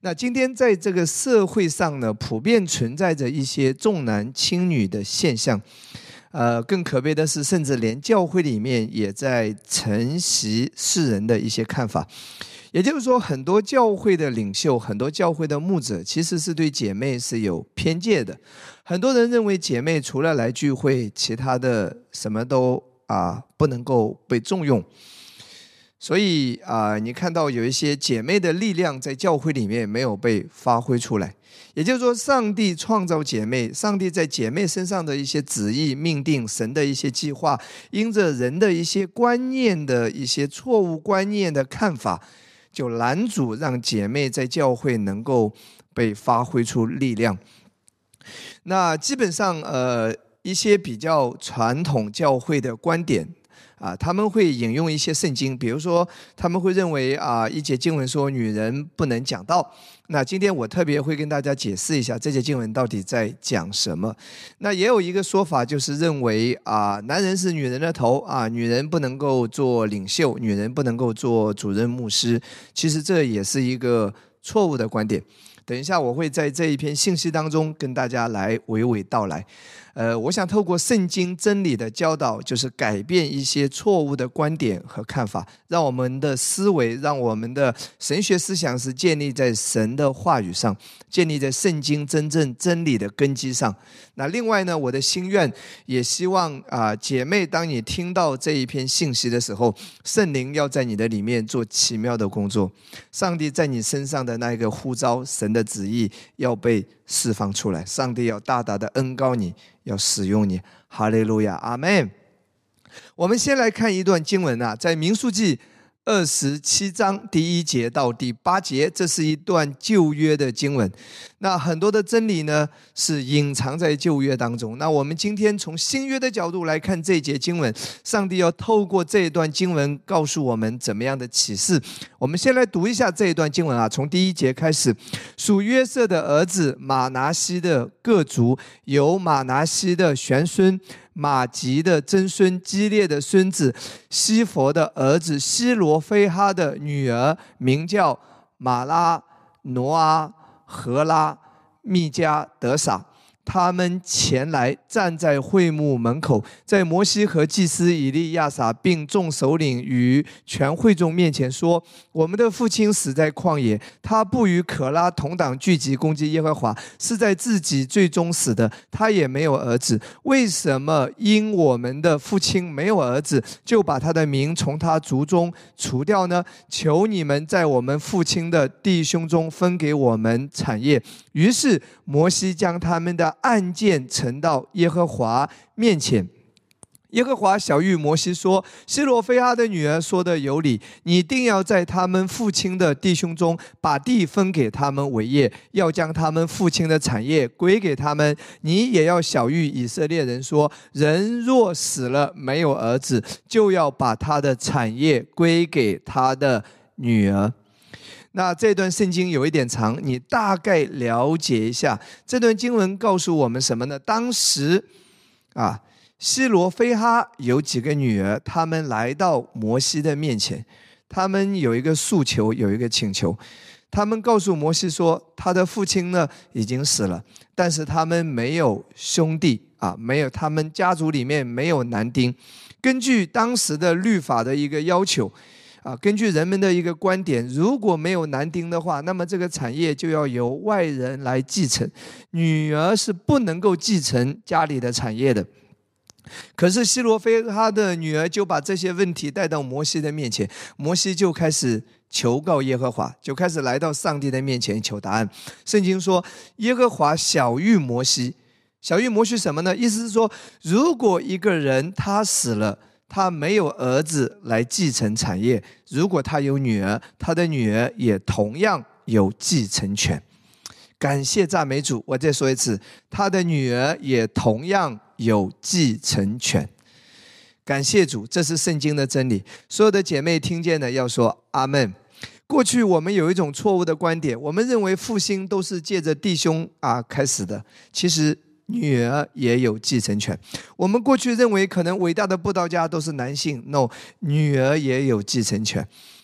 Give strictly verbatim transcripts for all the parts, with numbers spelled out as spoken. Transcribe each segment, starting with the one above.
那今天在这个社会上呢，普遍存在着一些重男轻女的现象。呃，更可悲的是，甚至连教会里面也在承袭世人的一些看法。也就是说，很多教会的领袖，很多教会的牧者，其实是对姐妹是有偏见的。很多人认为姐妹除了来聚会，其他的什么都啊不能够被重用。所以啊，你看到有一些姐妹的力量在教会里面没有被发挥出来。也就是说，上帝创造姐妹，上帝在姐妹身上的一些旨意命定，神的一些计划，因着人的一些观念的一些错误观念的看法，就拦阻让姐妹在教会能够被发挥出力量。那基本上呃一些比较传统教会的观点啊，他们会引用一些圣经，比如说他们会认为啊，一节经文说女人不能讲道。那今天我特别会跟大家解释一下这节经文到底在讲什么。那也有一个说法，就是认为啊，男人是女人的头啊，女人不能够做领袖，女人不能够做主任牧师。其实这也是一个错误的观点。等一下我会在这一篇信息当中跟大家来娓娓道来。呃，我想透过圣经真理的教导，就是改变一些错误的观点和看法，让我们的思维，让我们的神学思想是建立在神的话语上，建立在圣经真正真理的根基上。那另外呢，我的心愿也希望啊、呃，姐妹，当你听到这一篇信息的时候，圣灵要在你的里面做奇妙的工作，上帝在你身上的那一个呼召，神的旨意要被释放出来，上帝要大大的恩膏你，要使用你。哈利路亚，阿们。我们先来看一段经文啊，在民数记二十七章第一节到第八节，这是一段旧约的经文。那很多的真理呢是隐藏在旧约当中。那我们今天从新约的角度来看这一节经文，上帝要透过这一段经文告诉我们怎么样的启示。我们先来读一下这一段经文啊，从第一节开始。属约瑟的儿子马拿西的各族，有马拿西的玄孙马吉的曾孙基列的孙子西弗的儿子西罗非哈的女儿，名叫马拉、挪阿、荷拉、密加、德撒。他们前来站在会幕门口，在摩西和祭司以利亚撒并众首领与全会众面前说：我们的父亲死在旷野，他不与可拉同党聚集攻击耶和华，是在自己最终死的，他也没有儿子。为什么因我们的父亲没有儿子，就把他的名从他族中除掉呢？求你们在我们父亲的弟兄中分给我们产业。于是摩西将他们的案件呈到耶和华面前。耶和华晓谕摩西说：西罗非哈的女儿说的有理，你定要在他们父亲的弟兄中把地分给他们为业，要将他们父亲的产业归给他们。你也要晓谕以色列人说：人若死了没有儿子，就要把他的产业归给他的女儿。那这段圣经有一点长，你大概了解一下。这段经文告诉我们什么呢？当时啊，西罗非哈有几个女儿，他们来到摩西的面前，他们有一个诉求，有一个请求。他们告诉摩西说，他的父亲呢已经死了，但是他们没有兄弟啊，没有，他们家族里面没有男丁。根据当时的律法的一个要求啊，根据人们的一个观点，如果没有男丁的话，那么这个产业就要由外人来继承，女儿是不能够继承家里的产业的。可是西罗非哈的女儿就把这些问题带到摩西的面前，摩西就开始求告耶和华，就开始来到上帝的面前求答案。圣经说，耶和华晓谕摩西，晓谕摩西什么呢？意思是说，如果一个人他死了，他没有儿子来继承产业，如果他有女儿，他的女儿也同样有继承权。感谢赞美主，我再说一次，他的女儿也同样有继承权。感谢主，这是圣经的真理。所有的姐妹听见的要说阿们。过去我们有一种错误的观点，我们认为复兴都是借着弟兄啊开始的，其实女儿也有继承权。我们过去认为可能伟大的布道家都是男性 ，no， 女儿也有继承权。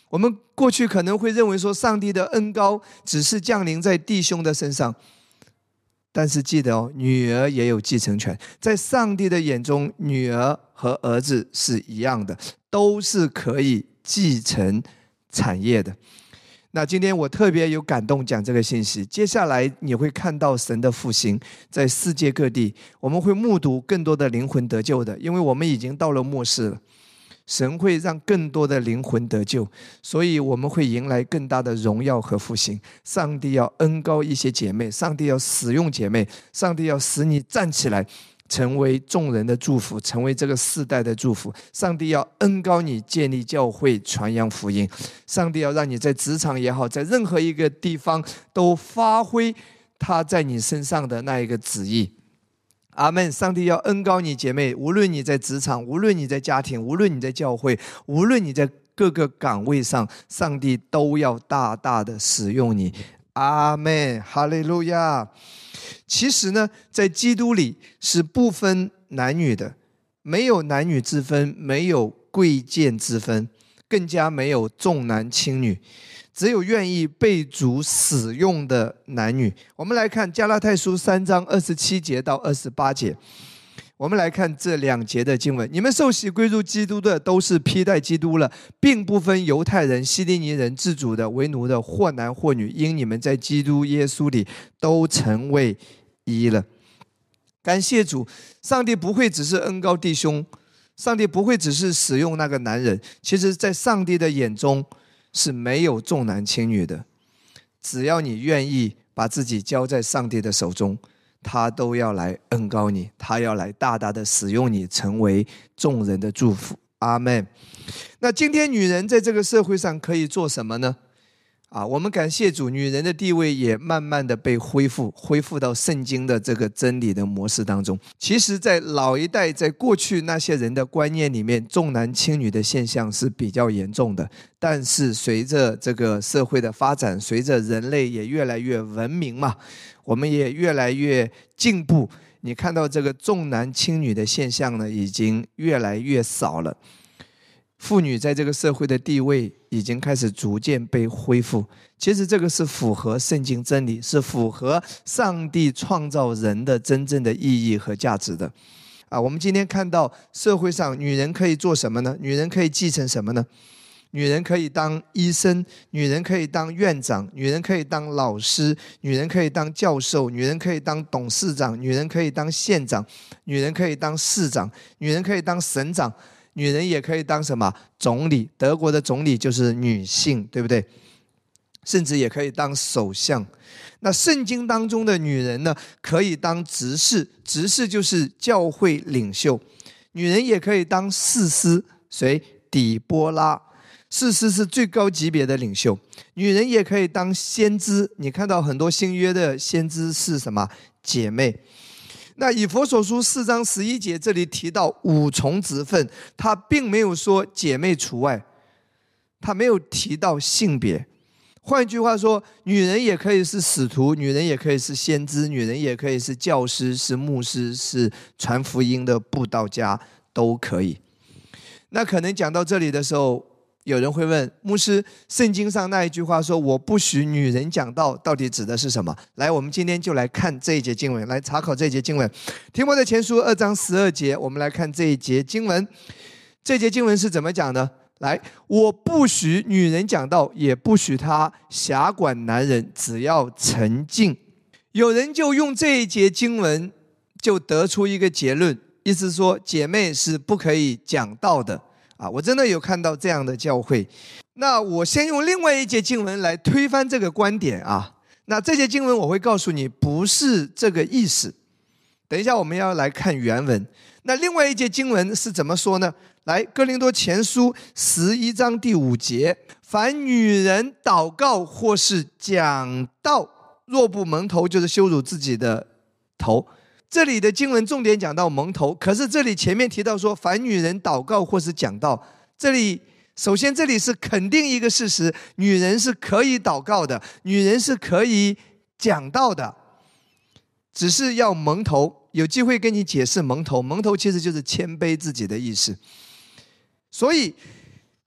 我们过去可能会认为说，上帝的恩膏只是降临在弟兄的身上，但是记得哦，女儿也有继承权。在上帝的眼中，女儿和儿子是一样的，都是可以继承产业的。那今天我特别有感动讲这个信息，接下来你会看到神的复兴在世界各地，我们会目睹更多的灵魂得救的，因为我们已经到了末世了，神会让更多的灵魂得救，所以我们会迎来更大的荣耀和复兴。上帝要恩膏一些姐妹，上帝要使用姐妹，上帝要使你站起来，成为众人的祝福，成为这个世代的祝福。上帝要恩膏你，建立教会，传扬福音。上帝要让你在职场也好，在任何一个地方都发挥他在你身上的那一个旨意。阿们！上帝要恩膏你姐妹，无论你在职场，无论你在家庭，无论你在教会，无论你在各个岗位上，上帝都要大大的使用你。阿们！哈利路亚！其实呢，在基督里是不分男女的，没有男女之分，没有贵贱之分，更加没有重男轻女，只有愿意被主使用的男女。我们来看加拉太书三章二十七节到二十八节，我们来看这两节的经文。你们受洗归入基督的，都是披戴基督了，并不分犹太人、希利尼人、自主的、为奴的，或男或女，因你们在基督耶稣里都成为一了。感谢主，上帝不会只是恩膏弟兄，上帝不会只是使用那个男人，其实在上帝的眼中是没有重男轻女的。只要你愿意把自己交在上帝的手中，他都要来恩膏你，他要来大大的使用你，成为众人的祝福。阿们。那今天女人在这个社会上可以做什么呢？啊，我们感谢主，女人的地位也慢慢的被恢复，恢复到圣经的这个真理的模式当中。其实在老一代，在过去那些人的观念里面，重男轻女的现象是比较严重的。但是随着这个社会的发展，随着人类也越来越文明嘛，我们也越来越进步，你看到这个重男轻女的现象呢，已经越来越少了。妇女在这个社会的地位已经开始逐渐被恢复，其实这个是符合圣经真理，是符合上帝创造人的真正的意义和价值的。啊，我们今天看到社会上女人可以做什么呢？女人可以继承什么呢？女人可以当医生，女人可以当院长，女人可以当老师，女人可以当教授，女人可以当董事长，女人可以当县长，女人可以当市长，女人可以当省长，女人也可以当什么总理？德国的总理就是女性，对不对？甚至也可以当首相。那圣经当中的女人呢，可以当执事，执事就是教会领袖。女人也可以当士师，谁？底波拉。士师是最高级别的领袖。女人也可以当先知，你看到很多新约的先知是什么？姐妹。那以弗所书四章十一节这里提到五重职分，他并没有说姐妹除外，他没有提到性别。换句话说，女人也可以是使徒，女人也可以是先知，女人也可以是教师，是牧师，是传福音的布道家，都可以。那可能讲到这里的时候，有人会问牧师，圣经上那一句话说我不许女人讲道，到底指的是什么？来，我们今天就来看这一节经文，来查考这一节经文。提摩太前书二章十二节，我们来看这一节经文。这节经文是怎么讲呢？来，我不许女人讲道，也不许她辖管男人，只要沉静。有人就用这一节经文就得出一个结论，意思说姐妹是不可以讲道的啊，我真的有看到这样的教会。那我先用另外一节经文来推翻这个观点啊。那这节经文我会告诉你不是这个意思，等一下我们要来看原文。那另外一节经文是怎么说呢？来，哥林多前书十一章第五节，凡女人祷告或是讲道，若不蒙头，就是羞辱自己的头。这里的经文重点讲到蒙头，可是这里前面提到说凡女人祷告或是讲道，这里首先这里是肯定一个事实，女人是可以祷告的，女人是可以讲道的，只是要蒙头。有机会跟你解释蒙头，蒙头其实就是谦卑自己的意思。所以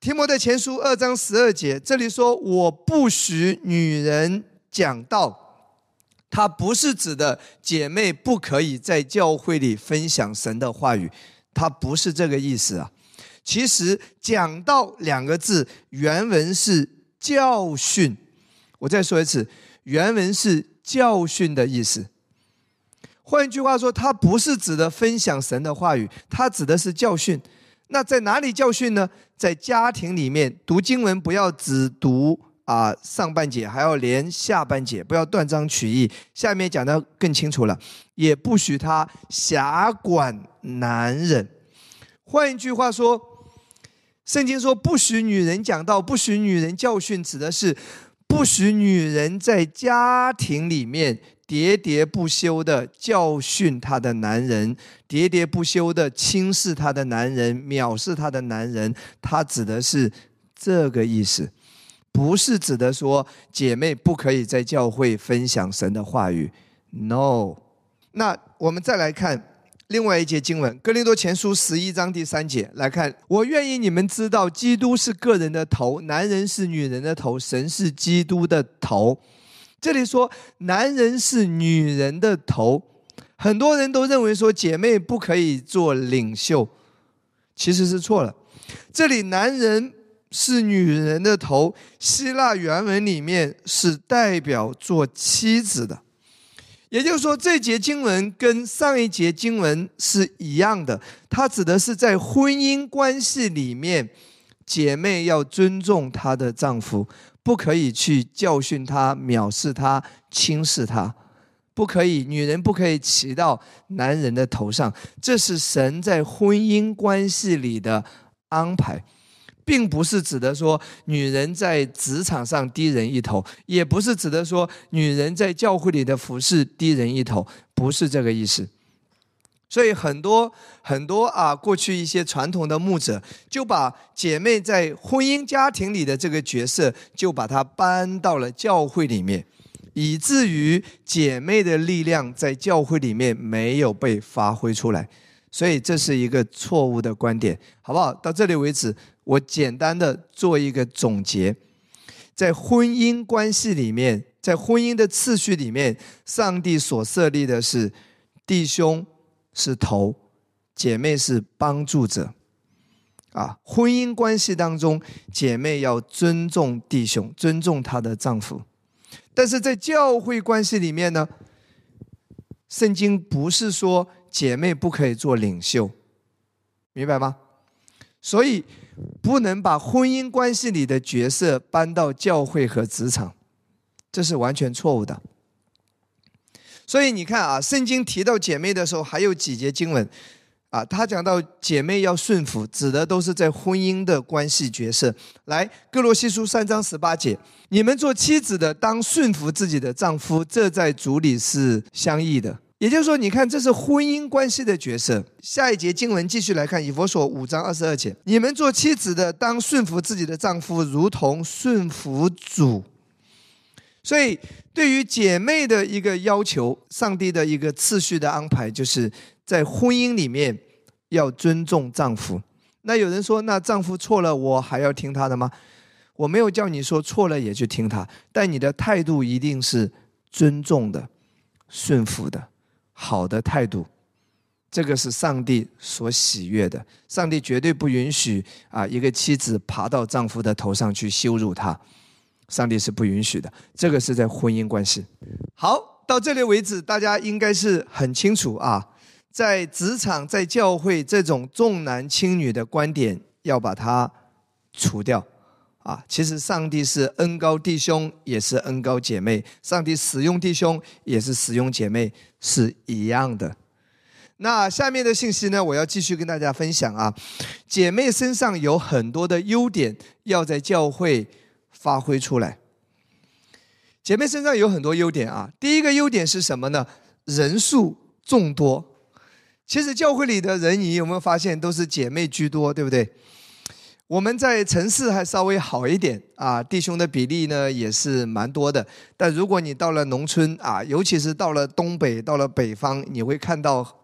提摩太前书二章十二节，这里说我不许女人讲道，它不是指的姐妹不可以在教会里分享神的话语，它不是这个意思啊。其实讲道两个字原文是教训，我再说一次，原文是教训的意思。换一句话说，它不是指的分享神的话语，它指的是教训。那在哪里教训呢？在家庭里面读经文，不要只读啊上半节，还要连下半节，不要断章取义。下面讲得更清楚了，也不许他辖管男人。换一句话说，圣经说不许女人讲道，不许女人教训，指的是不许女人在家庭里面喋喋不休的教训她的男人，喋喋不休的轻视她的男人，藐视她的男人。他指的是这个意思，不是指的说姐妹不可以在教会分享神的话语。 No。 那我们再来看另外一节经文，哥林多前书十一章第三节，来看，我愿意你们知道，基督是个人的头，男人是女人的头，神是基督的头。这里说男人是女人的头，很多人都认为说姐妹不可以做领袖，其实是错了。这里男人是女人的头，希腊原文里面是代表做妻子的，也就是说这节经文跟上一节经文是一样的，它指的是在婚姻关系里面，姐妹要尊重她的丈夫，不可以去教训他、藐视他、轻视他，不可以，女人不可以骑到男人的头上。这是神在婚姻关系里的安排，并不是指的说女人在职场上低人一头，也不是指的说女人在教会里的服侍低人一头，不是这个意思。所以很多很多啊，过去一些传统的牧者就把姐妹在婚姻家庭里的这个角色，就把它搬到了教会里面，以至于姐妹的力量在教会里面没有被发挥出来。所以这是一个错误的观点，好不好？到这里为止，我简单的做一个总结。在婚姻关系里面，在婚姻的次序里面，上帝所设立的是弟兄是头，姐妹是帮助者啊。婚姻关系当中，姐妹要尊重弟兄，尊重她的丈夫。但是在教会关系里面呢，圣经不是说姐妹不可以做领袖，明白吗？所以不能把婚姻关系里的角色搬到教会和职场，这是完全错误的。所以你看啊，圣经提到姐妹的时候，还有几节经文啊，他讲到姐妹要顺服，指的都是在婚姻的关系角色。来，哥罗西书三章十八节，你们做妻子的当顺服自己的丈夫，这在主里是相宜的。也就是说，你看，这是婚姻关系的角色。下一节经文继续来看，以弗所五章二十二节，你们做妻子的当顺服自己的丈夫，如同顺服主。所以对于姐妹的一个要求，上帝的一个次序的安排，就是在婚姻里面要尊重丈夫。那有人说，那丈夫错了，我还要听他的吗？我没有叫你说错了也去听他，但你的态度一定是尊重的、顺服的、好的态度。这个是上帝所喜悦的。上帝绝对不允许啊一个妻子爬到丈夫的头上去羞辱他，上帝是不允许的。这个是在婚姻关系。好，到这里为止，大家应该是很清楚啊，在职场、在教会，这种重男轻女的观点要把它除掉啊。其实上帝是恩膏弟兄，也是恩膏姐妹；上帝使用弟兄，也是使用姐妹，是一样的。那下面的信息呢，我要继续跟大家分享啊。姐妹身上有很多的优点，要在教会发挥出来。姐妹身上有很多优点啊。第一个优点是什么呢？人数众多。其实教会里的人，你有没有发现都是姐妹居多，对不对？我们在城市还稍微好一点啊，弟兄的比例呢也是蛮多的。但如果你到了农村啊，尤其是到了东北、到了北方，你会看到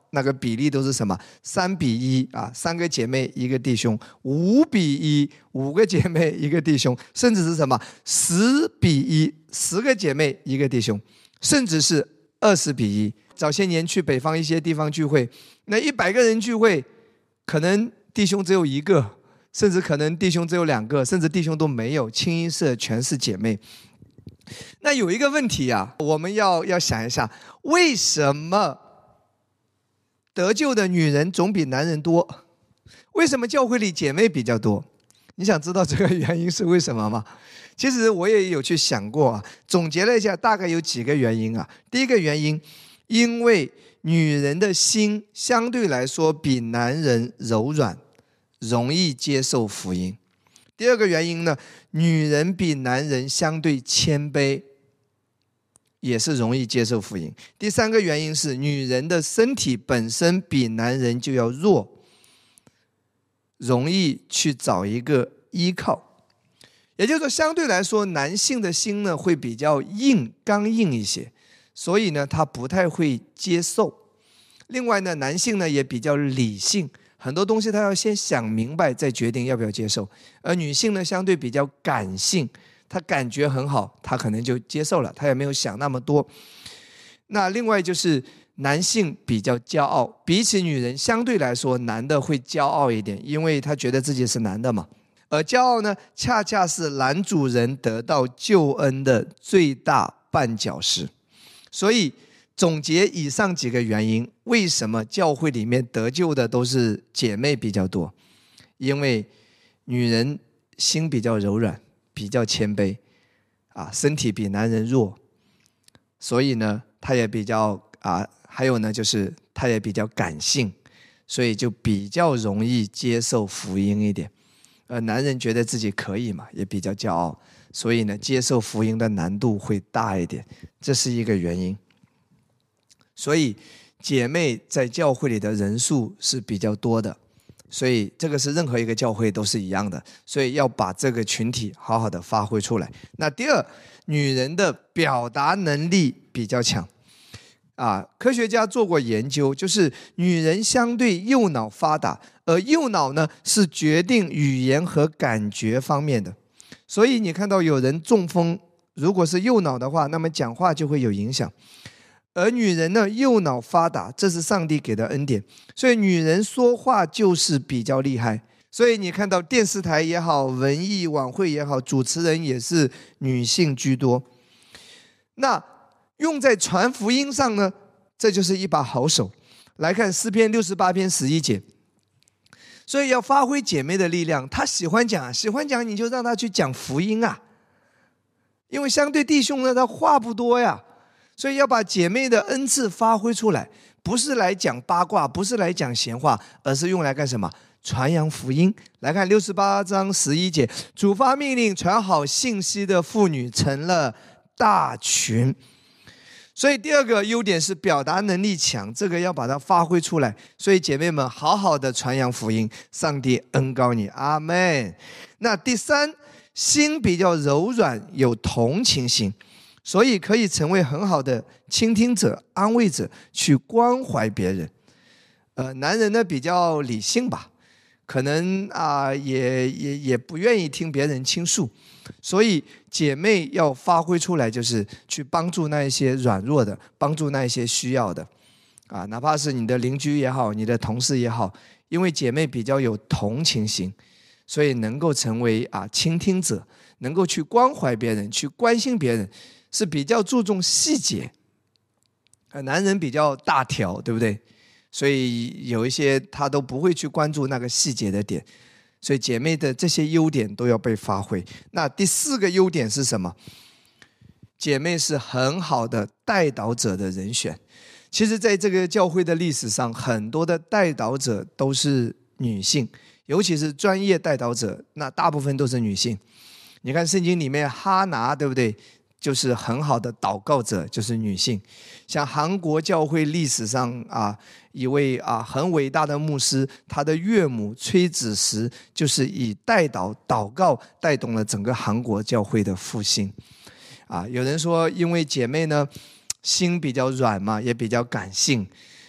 那个比例都是什么？三比一啊，三个姐妹一个弟兄；五比一，五个姐妹一个弟兄；甚至是什么？十比一，十个姐妹一个弟兄；甚至是二十比一。早些年去北方一些地方聚会，那一百个人聚会，可能弟兄只有一个，甚至可能弟兄只有两个，甚至弟兄都没有，清一色全是姐妹。那有一个问题啊，我们要要想一下，为什么得救的女人总比男人多？为什么教会里姐妹比较多？你想知道这个原因是为什么吗？其实我也有去想过啊，总结了一下，大概有几个原因啊。第一个原因，因为女人的心相对来说比男人柔软，容易接受福音。第二个原因呢，女人比男人相对谦卑，也是容易接受福音。第三个原因是，女人的身体本身比男人就要弱，容易去找一个依靠。也就是说，相对来说，男性的心呢会比较硬、刚硬一些，所以呢，他不太会接受。另外呢，男性呢也比较理性，很多东西他要先想明白再决定要不要接受。而女性呢相对比较感性，她感觉很好，她可能就接受了，她也没有想那么多。那另外就是男性比较骄傲，比起女人相对来说男的会骄傲一点，因为他觉得自己是男的嘛。而骄傲呢，恰恰是男主人得到救恩的最大绊脚石。所以总结以上几个原因，为什么教会里面得救的都是姐妹比较多？因为女人心比较柔软，比较谦卑啊，身体比男人弱，所以呢她也比较啊，还有呢就是她也比较感性，所以就比较容易接受福音一点。而男人觉得自己可以嘛，也比较骄傲，所以呢接受福音的难度会大一点，这是一个原因。所以姐妹在教会里的人数是比较多的，所以这个是任何一个教会都是一样的，所以要把这个群体好好的发挥出来。那第二，女人的表达能力比较强啊，科学家做过研究，就是女人相对右脑发达，而右脑呢是决定语言和感觉方面的。所以你看到有人中风，如果是右脑的话，那么讲话就会有影响。而女人呢，右脑发达，这是上帝给的恩典，所以女人说话就是比较厉害。所以你看到电视台也好，文艺晚会也好，主持人也是女性居多。那用在传福音上呢，这就是一把好手。来看诗篇六十八篇十一节，所以要发挥姐妹的力量，她喜欢讲，喜欢讲你就让她去讲福音啊，因为相对弟兄呢，他话不多呀。所以要把姐妹的恩赐发挥出来，不是来讲八卦，不是来讲闲话，而是用来干什么？传扬福音。来看六十八章十一节，主发命令，传好信息的妇女成了大群。所以第二个优点是表达能力强，这个要把它发挥出来。所以姐妹们好好的传扬福音，上帝恩膏你，阿们。那第三，心比较柔软，有同情心，所以可以成为很好的倾听者、安慰者，去关怀别人。呃，男人呢比较理性吧，可能啊、呃、也也也不愿意听别人倾诉，所以姐妹要发挥出来，就是去帮助那一些软弱的，帮助那一些需要的，啊，哪怕是你的邻居也好，你的同事也好，因为姐妹比较有同情心，所以能够成为啊倾听者，能够去关怀别人，去关心别人。是比较注重细节，男人比较大条，对不对？所以有一些他都不会去关注那个细节的点，所以姐妹的这些优点都要被发挥。那第四个优点是什么？姐妹是很好的代祷者的人选。其实在这个教会的历史上，很多的代祷者都是女性，尤其是专业代祷者，那大部分都是女性。你看圣经里面哈拿，对不对？就是很好的祷告者，就是女性。像韩国教会历史上啊，一位啊很伟大的牧师，他的岳母崔子实就是以代祷祷告带动了整个韩国教会的复兴。啊，有人说因为姐妹呢心比较软嘛，也比较感性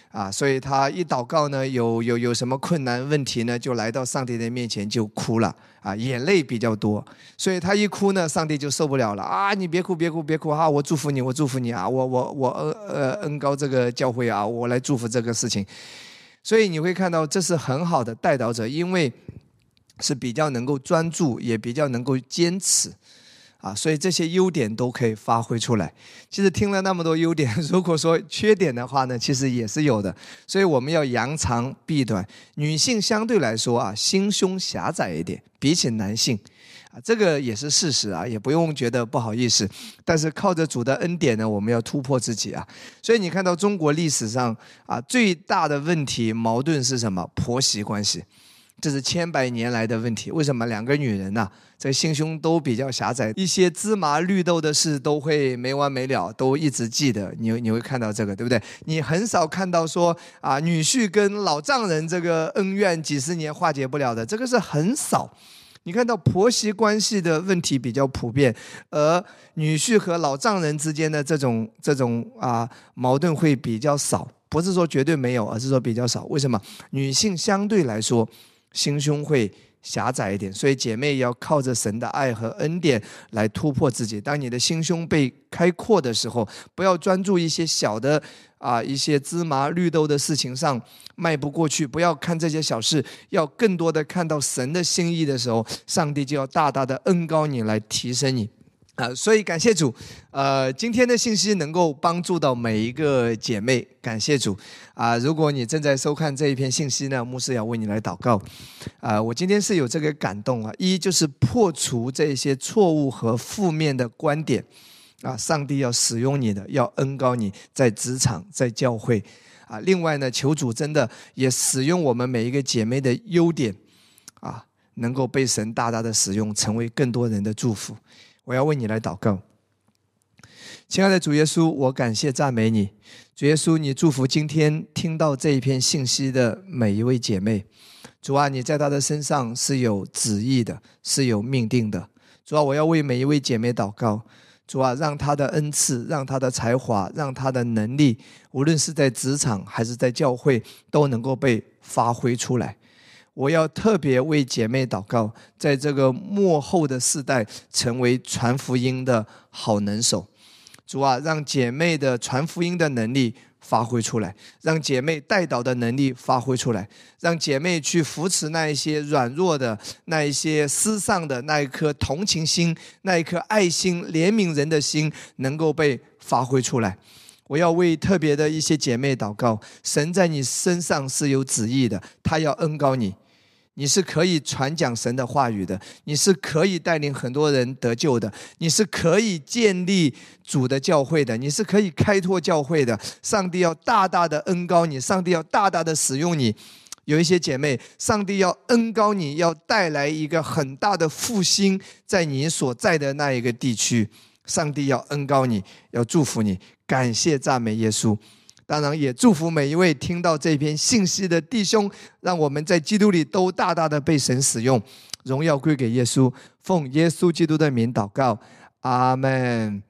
啊，所以他一祷告呢，有有有什么困难问题呢，就来到上帝的面前就哭了啊，眼泪比较多，所以他一哭呢，上帝就受不了了啊！你别哭，别哭，别哭啊！我祝福你，我祝福你啊！我我我呃呃恩高这个教会啊，我来祝福这个事情。所以你会看到，这是很好的代祷者，因为是比较能够专注，也比较能够坚持。啊，所以这些优点都可以发挥出来。其实听了那么多优点，如果说缺点的话呢，其实也是有的。所以我们要扬长避短。女性相对来说啊，心胸狭窄一点，比起男性，啊，这个也是事实啊，也不用觉得不好意思。但是靠着主的恩典呢，我们要突破自己啊。所以你看到中国历史上啊，最大的问题矛盾是什么？婆媳关系。这是千百年来的问题。为什么两个女人呢、啊，这个心胸都比较狭窄，一些芝麻绿豆的事都会没完没了，都一直记得。你你会看到这个，对不对？你很少看到说啊，女婿跟老丈人这个恩怨几十年化解不了的，这个是很少。你看到婆媳关系的问题比较普遍，而女婿和老丈人之间的这种这种啊矛盾会比较少。不是说绝对没有，而是说比较少。为什么？女性相对来说心胸会狭窄一点，所以姐妹要靠着神的爱和恩典来突破自己。当你的心胸被开阔的时候，不要专注一些小的啊一些芝麻绿豆的事情上迈不过去，不要看这些小事，要更多的看到神的心意的时候，上帝就要大大的恩膏你，来提升你。啊，所以感谢主，呃，今天的信息能够帮助到每一个姐妹，感谢主啊！如果你正在收看这一篇信息呢，牧师要为你来祷告。啊，我今天是有这个感动啊，一就是破除这些错误和负面的观点啊，上帝要使用你的，要恩膏你在职场，在教会啊。另外呢，求主真的也使用我们每一个姐妹的优点啊，能够被神大大的使用，成为更多人的祝福。我要为你来祷告。亲爱的主耶稣，我感谢赞美你。主耶稣，你祝福今天听到这一篇信息的每一位姐妹。主啊，你在她的身上是有旨意的，是有命定的。主啊，我要为每一位姐妹祷告。主啊，让她的恩赐，让她的才华，让她的能力，无论是在职场还是在教会，都能够被发挥出来。我要特别为姐妹祷告，在这个末后的世代成为传福音的好能手。主啊，让姐妹的传福音的能力发挥出来，让姐妹带导的能力发挥出来，让姐妹去扶持那一些软弱的，那一些失丧的，那一颗同情心，那一颗爱心怜悯人的心能够被发挥出来。我要为特别的一些姐妹祷告，神在你身上是有旨意的，他要恩膏你，你是可以传讲神的话语的，你是可以带领很多人得救的，你是可以建立主的教会的，你是可以开拓教会的。上帝要大大的恩膏你，上帝要大大的使用你。有一些姐妹，上帝要恩膏你，要带来一个很大的复兴在你所在的那一个地区。上帝要恩膏你，要祝福你。感谢赞美耶稣。当然也祝福每一位听到这篇信息的弟兄，让我们在基督里都大大的被神使用。荣耀归给耶稣，奉耶稣基督的名祷告，阿们。